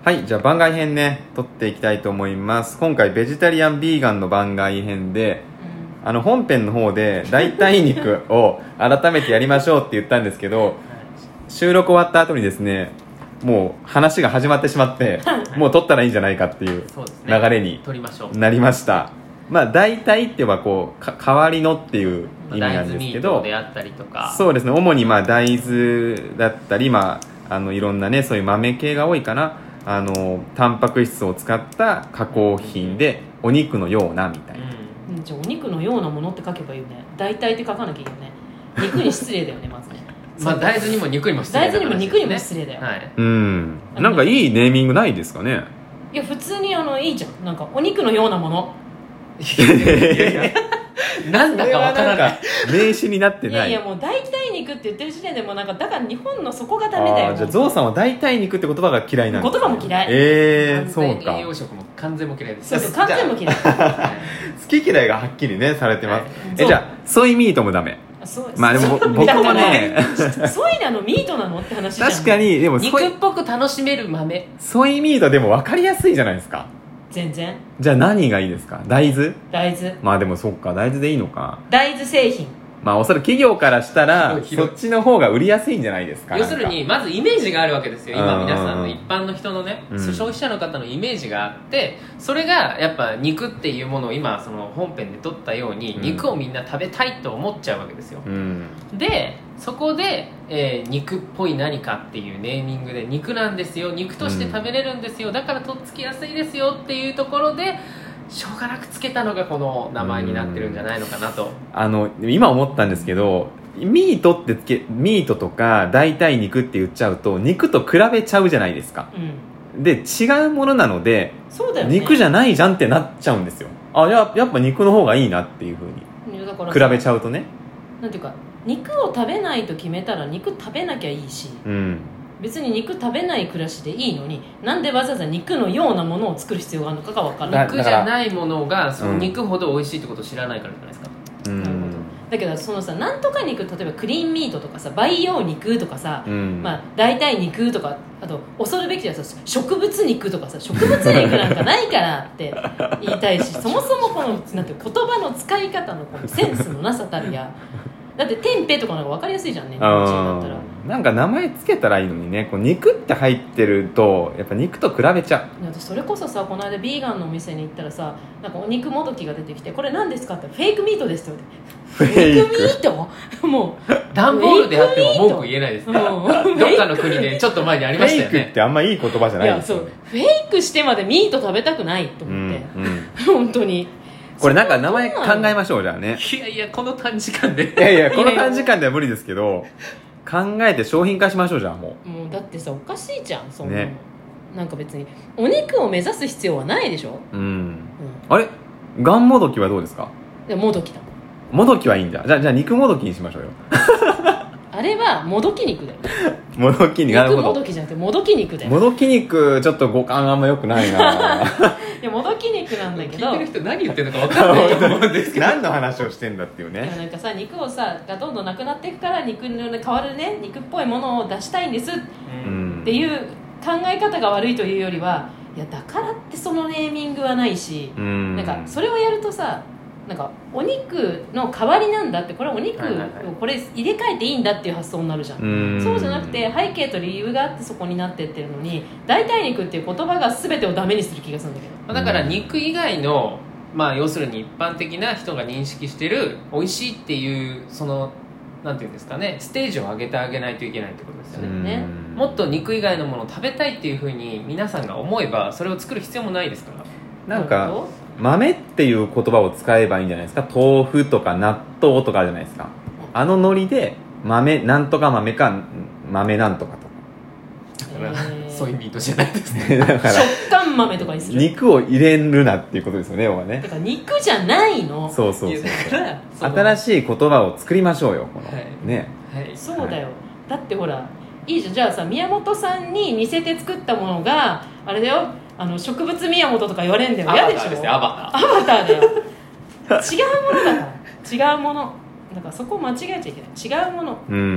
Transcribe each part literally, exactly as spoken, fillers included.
はい、じゃあ番外編ね撮っていきたいと思います。今回ベジタリアンビーガンの番外編で、うん、あの本編の方で代替肉を改めてやりましょうって言ったんですけど収録終わった後にですねもう話が始まってしまってもう撮ったらいいんじゃないかっていう流れになりました。まあ代替ってはこうか代わりのっていう意味なんですけど、 大豆ミートであったりとか、 そうですね、主にまあ大豆だったり、まあ、あのいろんなねそういう豆系が多いかな、あのタンパク質を使った加工品でお肉のようなみたいな、 うん、じゃあお肉のようなものって書けばいいよね。代替って書かなきゃいいよね。肉に失礼だよねまずねまあ大豆にも肉にも失礼だ、 大豆にも肉にも失礼だよ、 はい、 うんなんかいいネーミングないですかね。 いや普通にあのいいじゃん、なんかお肉のようなものいやいやなんだかわからない名詞になってない。 いやいやもう代替肉って言ってる時点でもうなんかだから日本のそこがダメだよ。 あじゃあゾウさんは代替肉って言葉が嫌いなんですか。 言葉も嫌い。 えー、そうか。 栄養食も完全も嫌いです。 そうそう完全も嫌い好き嫌いがはっきりねされてます、はい、えじゃあソイミートもダメ。 そうまあでも僕もねソイなのミートなのって話じゃん。 確かにでも肉っぽく楽しめる豆。 ソイミートでも分かりやすいじゃないですか。 全然。 じゃあ何がいいですか。大豆。大豆まあでもそっか大豆でいいのか。 大豆製品。 まあおそらく企業からしたらそっちの方が売りやすいんじゃないですか。 要するにまずイメージがあるわけですよ今皆さんの一般の人のね、うん、消費者の方のイメージがあってそれがやっぱ肉っていうものを今その本編で撮ったように肉をみんな食べたいと思っちゃうわけですよ、うん、でそこで、えー、肉っぽい何かっていうネーミングで肉なんですよ肉として食べれるんですよ、うん、だからとっつきやすいですよっていうところでしょうがなくつけたのがこの名前になってるんじゃないのかなと。 あの今思ったんですけどミートってつけミートとか代替肉って言っちゃうと肉と比べちゃうじゃないですか、うん、で違うものなのでそうだよ、ね、 肉じゃないじゃんってなっちゃうんですよ。あ や, やっぱ肉の方がいいなっていう風に比べちゃうとね。 なんていうか肉を食べないと決めたら肉食べなきゃいいし、うん別に肉食べない暮らしでいいのになんでわざわざ肉のようなものを作る必要があるのかが分からない。 肉じゃないものがその肉ほど美味しいってことを知らないからじゃないですか、うん、 なるほど。だけどそのさなんとか肉例えばクリーンミートとかさ培養肉とかさ、うんまあ、代替肉とかあと恐るべきはさ植物肉とかさ植物肉なんかないからって言いたいしそもそもこのなんていう言葉の使い方のこのセンスのなさたるやだってテンペとかの方が分かりやすいじゃんね。だったらなんか名前つけたらいいのにねこう肉って入ってるとやっぱ肉と比べちゃう。 私それこそさこの間ビーガンのお店に行ったらさなんかお肉もどきが出てきてこれ何ですかってフェイクミートですって言われてフェイクミートもう段ボールであっても文句言えないですねどっかの国でちょっと前にありましたよね。 フェイクってあんまいい言葉じゃないですよね。 いやそうフェイクしてまでミート食べたくないと思って、うんうん、本当にこれなんか名前考えましょうじゃあね。 いやいやこの短時間でいやいやこの短時間では無理ですけど考えて商品化しましょうじゃあもう。 もうだってさおかしいじゃんそんなの、ね、なんか別にお肉を目指す必要はないでしょ、うん、うん、 あれガンもどきはどうですか。 いやもどきだもどきはいいんだ。じゃあじゃあ肉もどきにしましょうよあれはもどき肉だよもどき肉肉もどきじゃなくてもどき肉だよ。 もどき肉ちょっと五感あんま良くないないやもどき肉なんだけど聞いてる人何言ってるのか分かんないと思うんですけど何の話をしてんだっていうね。 いやなんかさ肉をさがどんどんなくなっていくから肉の変わるね肉っぽいものを出したいんですっていう考え方が悪いというよりはいやだからってそのネーミングはないしなんかそれをやるとさなんかお肉の代わりなんだってこれお肉をこれ入れ替えていいんだっていう発想になるじゃん。うんそうじゃなくて背景と理由があってそこになってってるのに代替肉っていう言葉が全てをダメにする気がするんだけどだから肉以外の、まあ、要するに一般的な人が認識してる美味しいっていうそのなんていうんですかねステージを上げてあげないといけないってことですよね。もっと肉以外のものを食べたいっていうふうに皆さんが思えばそれを作る必要もないですから。 なんか豆っていう言葉を使えばいいんじゃないですか。豆腐とか納豆とかじゃないですか。あのノリで豆なんとか豆か豆なんとかとか、 えー、そういうミートじゃないですねだから食感豆とかにする肉を入れるなっていうことですよね。要はねだから肉じゃないの。 そうそうそうそう新しい言葉を作りましょうよこの、はい、ね、 はい、そうだよ、はい、だってほらいいじゃん。じゃあさ宮本さんに似せて作ったものがあれだよあの植物宮本とか言われるんだよ。嫌でしょ。 アバターですね。アバターアバターだよ違うものだから違うものだからそこを間違えちゃいけない。違うもの、 うん、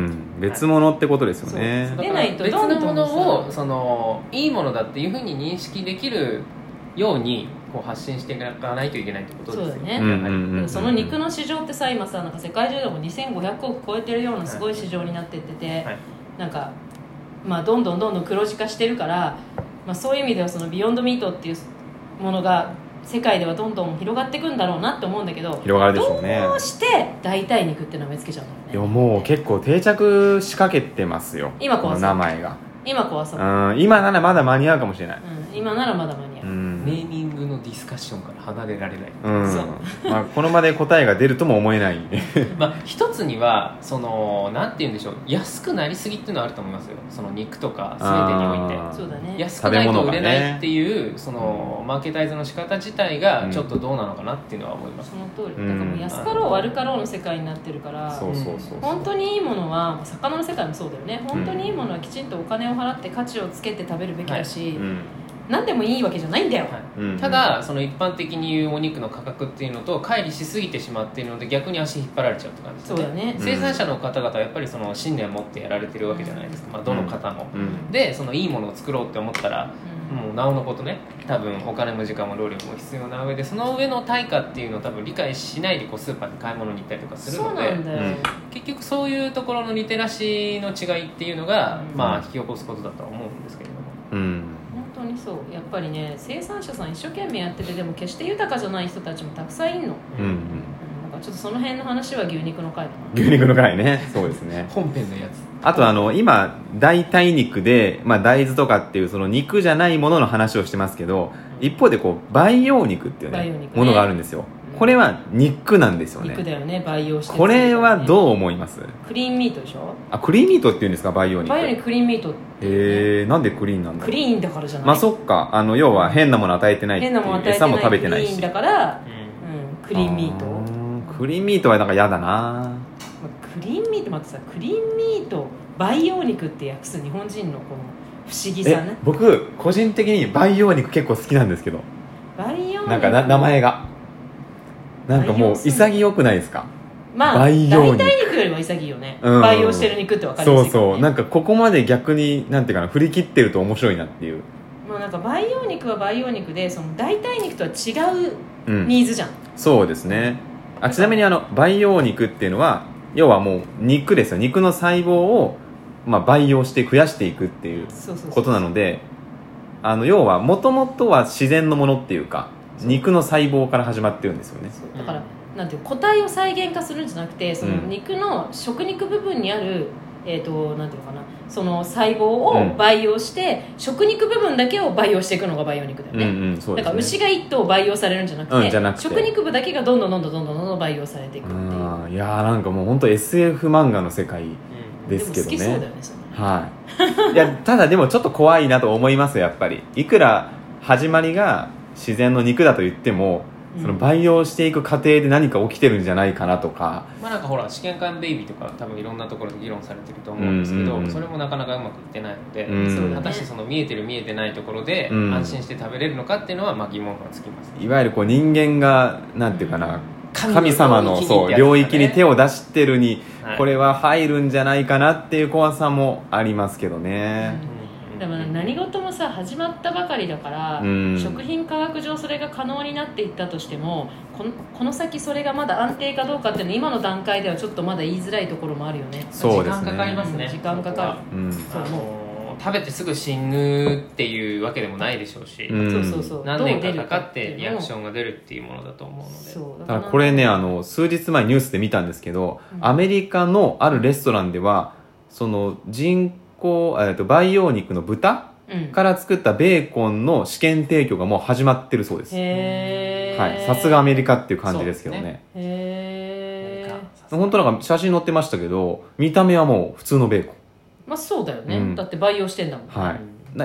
別物ってことですよね。 出ないと別どんどんのものをそのいいものだっていうふうに認識できるようにこう発信していかないといけないってことですよそうだね、 うんうんうんうん、 その肉の市場ってさ、今さなんか世界中でもにせんごひゃくおく超えてるようなすごい市場になってってて、はい、なんか、まあ、どんどんどんどん黒字化してるから、まあ、そういう意味ではそのビヨンドミートっていうものが世界ではどんどん広がっていくんだろうなって思うんだけど、 広がるでしょうね。 どうして代替肉って名前つけちゃうんだろうね。 いやもう結構定着しかけてますよ、 今こそ名前が。 今こそ、 うん、今ならまだ間に合うかもしれない、 うん、今ならまだ間に合う、うん、 ネーミングのディスカッションから離れられない、 うん、そうまあ、この場で答えが出るとも思えないまあ一つにはそのなんて言うんでしょう、安くなりすぎっていうのはあると思いますよ。その肉とか全てにおいてそうだね、 安くないと売れないっていう、ね、そのマーケタイズの仕方自体がちょっとどうなのかなっていうのは思います、 うん、その通り。だからもう安かろう悪かろうの世界になってるから、 そうそうそうそう、 本当にいいものは魚の世界もそうだよね。本当にいいものはきちんとお金を払って価値をつけて食べるべきだし、はい、うん、何でもいいわけじゃないんだよ、はい、 うん、ただその一般的に言うお肉の価格っていうのと乖離しすぎてしまっているので逆に足引っ張られちゃうって感じですね。 そうだね、 生産者の方々はやっぱりその信念を持ってやられてるわけじゃないですか、まあ、どの方も、うん、でそのいいものを作ろうって思ったら、うん、もうなおのことね、多分お金も時間も労力も必要な上で、その上の対価っていうのを多分理解しないでこうスーパーに買い物に行ったりとかするので、 そうなんだよ、うん、 結局そういうところのリテラシーの違いっていうのが、うん、まあ引き起こすことだとは思うんですけれども、 うん、 本当にそう。やっぱりね、生産者さん一生懸命やってて、でも決して豊かじゃない人たちもたくさんいるの、うんうん、なんかちょっとその辺の話は牛肉の回だな。 牛肉の回ね、そうですね本編のやつ。 あとあの今代替肉で、まあ、大豆とかっていうその肉じゃないものの話をしてますけど、一方でこう培養肉っていう、ねね、ものがあるんですよ。これは肉なんですよね。 肉だよね、培養してる、 ね、これはどう思います？ クリーンミートでしょ。 あ、クリーンミートっていうんですか、培養肉。 培養肉クリーンミートって、ね、 へえ、なんでクリーンなんだろう。 クリーンだからじゃない。 まあそっか、あの要は変なもの与えてないっていう、 変なもの与えてない、 餌も食べてないし、 クリーンだから、うん、クリーンミート。 クリーンミートはなんか嫌だな。 クリーンミート、待ってさ、クリーンミート培養肉って訳す日本人のこの不思議さね。 僕個人的に培養肉結構好きなんですけど、 培養肉なんかな名前がなんかもう潔くないですか。 まあ代替肉よりは潔いよね、うん、培養してる肉って分かりやすいから、ね、 そうそう、なんかここまで逆になんていうかな、振り切ってると面白いなっていう。 まあなんか培養肉は培養肉で、その代替肉とは違うニーズじゃん、うん、 そうですね。あ、ちなみにあの培養肉っていうのは要はもう肉ですよ。肉の細胞をまあ培養して増やしていくっていうことなので、あの要はもともとは自然のものっていうか、肉の細胞から始まってるんですよね。 そうだから、なんていう個体を再現化するんじゃなくて、その肉の食肉部分にある、えーと、なんていうのかな、その細胞を培養して、うん、食肉部分だけを培養していくのが培養肉だよね、うんうん、そうですね。だから牛が一頭培養されるんじゃなくて、うん、じゃなくて食肉部だけがどんどんどんどんどんどんどん培養されていくっていう。 いやーなんかもう本当 エスエフ 漫画の世界ですけどね、 うん、でも好きそうだよね、それ。 はい、いやただでもちょっと怖いなと思いますよ、やっぱり。いくら始まりが自然の肉だと言っても、その培養していく過程で何か起きてるんじゃないかなとか、 まあなんかほら試験管ベイビーとか多分いろんなところで議論されてると思うんですけど、うんうんうん、それもなかなかうまくいってないので、うん、果たしてその見えてる見えてないところで安心して食べれるのかっていうのはまあ疑問がつきます、ね、 いわゆるこう人間がなんていうかな、うん、神様のそう領域に手を出してるに、はい、これは入るんじゃないかなっていう怖さもありますけどね、 うん、でも何事もさ始まったばかりだから、うん、食品科学上それが可能になっていったとしても、この、この先それがまだ安定かどうかっていうのは今の段階ではちょっとまだ言いづらいところもあるよね。 そうですね、 時間かかりますね、 時間かかる、うん、そう思う。 食べてすぐ死ぬっていうわけでもないでしょうし、うん、そうそうそう、何年かかかってリアクションが出るっていうものだと思うので。 そうだからこれね、あの数日前ニュースで見たんですけど、うん、アメリカのあるレストランではその人工、えっと培養肉の豚から作ったベーコンの試験提供がもう始まってるそうです。 へー、 はい、さすがアメリカっていう感じですけどね。 ね、へー、本当なんか写真載ってましたけど、見た目はもう普通のベーコン。 まあそうだよね、うん、だって培養してんだもん、ね、 はい。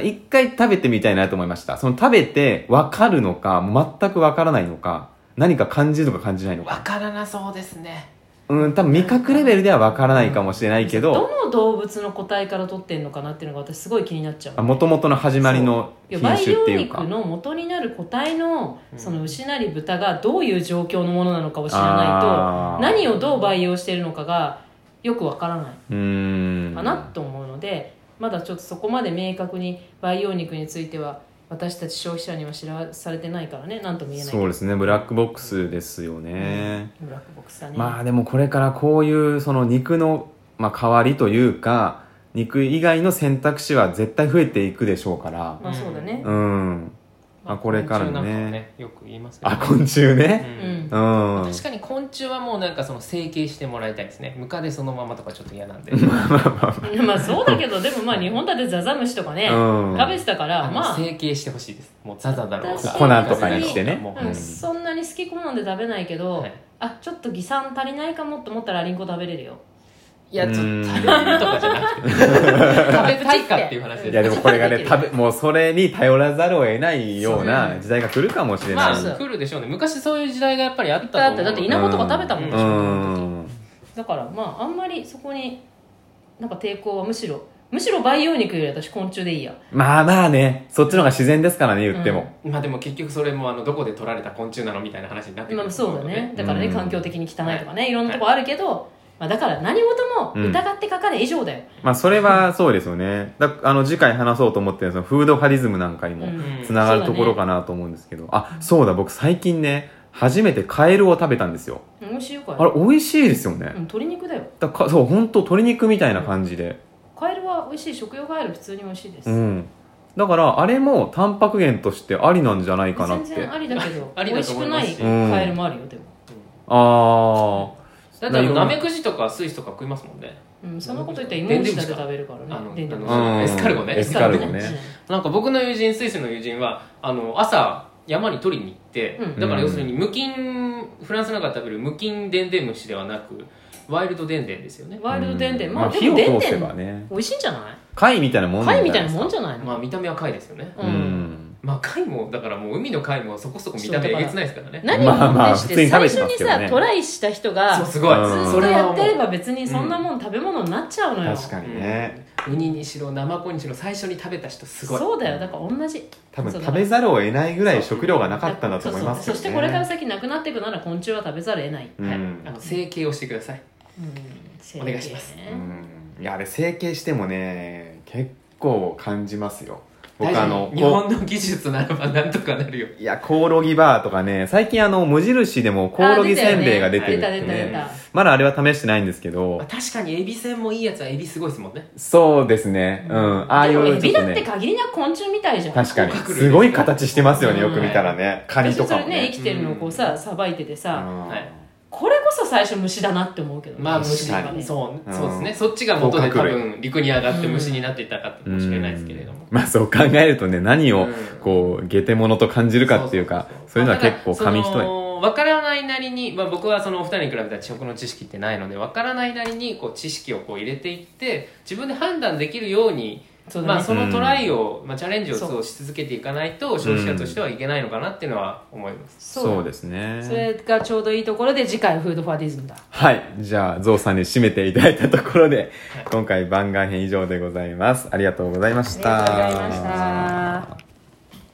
一回食べてみたいなと思いました。その食べて分かるのか全く分からないのか、何か感じるのか感じないのか。 分からなそうですね。 うん多分味覚レベルでは分からないかもしれないけど、 どの動物の個体から取ってんのかなっていうのが私すごい気になっちゃう。 もともとの始まりの品種っていうか、 培養肉の元になる個体のその牛なり豚がどういう状況のものなのかを知らあーないと、何をどう培養しているのかがよくわからないうーんかなと思うので、まだちょっとそこまで明確に培養肉については私たち消費者には知らされてないからね、なんとも言えないけど。 そうですね、ブラックボックスですよね、 ブラックボックスだね。 まあでもこれからこういうその肉の、まあ、代わりというか肉以外の選択肢は絶対増えていくでしょうから、 まあそうだね。 うんまあ、これから昆虫なんかもねねよく言いますよね。 あ昆虫ねうんうん、うん、 確かに昆虫はもうなんかその整形してもらいたいですね。ムカデそのままとかちょっと嫌なんでまあそうだけど、でもまあ日本だってザザムシとかね、 うん食べてたから、 あのまあ整形してほしいです。もうザザだろう私コナンとかにしてねもううん、そんなに好き好んで食べないけど、 はいあちょっと偽酸足りないかもと思ったらリンゴ食べれるよ。 いやちょっとうん食べるとかじゃなくて食べたいかっていう話です。 いやでもこれがね食べもうそれに頼らざるを得ないような時代が来るかもしれない、 まあそう来るでしょうね。昔そういう時代がやっぱりあったと思う。 だってだって稲穂とか食べたもんでしょ、 うんだからまああんまりそこになんか抵抗はむしろむしろ培養肉より私昆虫でいいや。 まあまあねそっちの方が自然ですからね言っても、 まあでも結局それもあのどこで取られた昆虫なのみたいな話になってくるまあそうだね。だからね、 うん環境的に汚いとかね、いろんなとこあるけど、まあ、だから何事も疑ってかかれ以上だよ。 まあそれはそうですよね。だあの次回話そうと思ってるそのフードファリズムなんかにもうんつながるところかなと思うんですけど、あそうだ僕最近ね初めてカエルを食べたんですよ。 美味しいよかあれ美味しいですよね、 うん、鶏肉だよ。 だかそう本当鶏肉みたいな感じで、 カエルは美味しい。食用カエル普通に美味しいです、 うん、だからあれもタンパク源としてありなんじゃないかなって全然ありだけどありだ美味しくないと思いますカエルもあるよでも、 あだってあのナメクジとかスイスとか食いますもんね。 うん、そんなこと言ったら芋虫だって食べるからあのね。でんでん虫あのうんエスカルゴねエスカルゴねなんか僕の友人スイスの友人はあの朝山に取りに行って、 うんだから要するに無菌フランスなんか食べる無菌でんでん虫ではなくワイルドでんでんですよね。 ワイルドでんでん、 うんまあ、で火を通せもでんでんばね美味しいんじゃない？ 貝みたいなもん貝みたいなもんじじゃないの？ まあ見た目は貝ですよね。 ううんんまあ貝もだからもう海の貝もそこそこ見た目えげつないですからね。 何をまあまあもってして普通に食べ最初にてますけどねさトライした人がずそうすごい、 うんっそれはもうとやってれば別にそんなもん食べ物になっちゃうのよ。 確かにね、 ウニにしろナマコにしろ最初に食べた人すごい。 そうだよ。だから同じ多分そうだ食べざるを得ないぐらい食料がなかったんだと思いますよね。 そうそうそしてこれから先なくなっていくなら昆虫は食べざるを得ない、 うんはい、あの整形をしてください。 うん、 お願いしますねうんいやあれ整形してもね結構感じますよ。僕大丈夫あの日本の技術ならばなんとかなるよ。 いやコオロギバーとかね最近あの無印でもコオロギせんべいが出てるってあ出た出た出ねたまだあれは試してないんですけまどあ、確かにエビせんもいいやつはエビすごいですもんね。 そうですねうんああいでもエうちょっとビだってね限りなく昆虫みたいじゃん。 確かに甲殻類すごい形してますよねうんよく見たらねカニとかも私それね生ねきてるのをこうささばいててさ、 うんはいこれこそ最初虫だなって思うけどね、 まあ確虫かにそううんそうですね。そっちが元で多甲殻類分陸に上がって虫になっていったかかもしれないですけれども。 まあそう考えるとね何をうんこうゲテモノと感じるかっていうかそういうのは結構紙一重重分からないなりに、まあ、僕はそのお二人に比べたら食の知識ってないので分からないなりにこう知識をこう入れていって自分で判断できるようにそうだねまあ、そのトライを、まあ、チャレンジをそうそうし続けていかないと消費者としてはいけないのかなっていうのは思います。 そうだそうですねそれがちょうどいいところで次回フードファディズムだ。 はいじゃあゾウさんに締めていただいたところで今回番外編以上でございますありがとうございましたありがとうございました。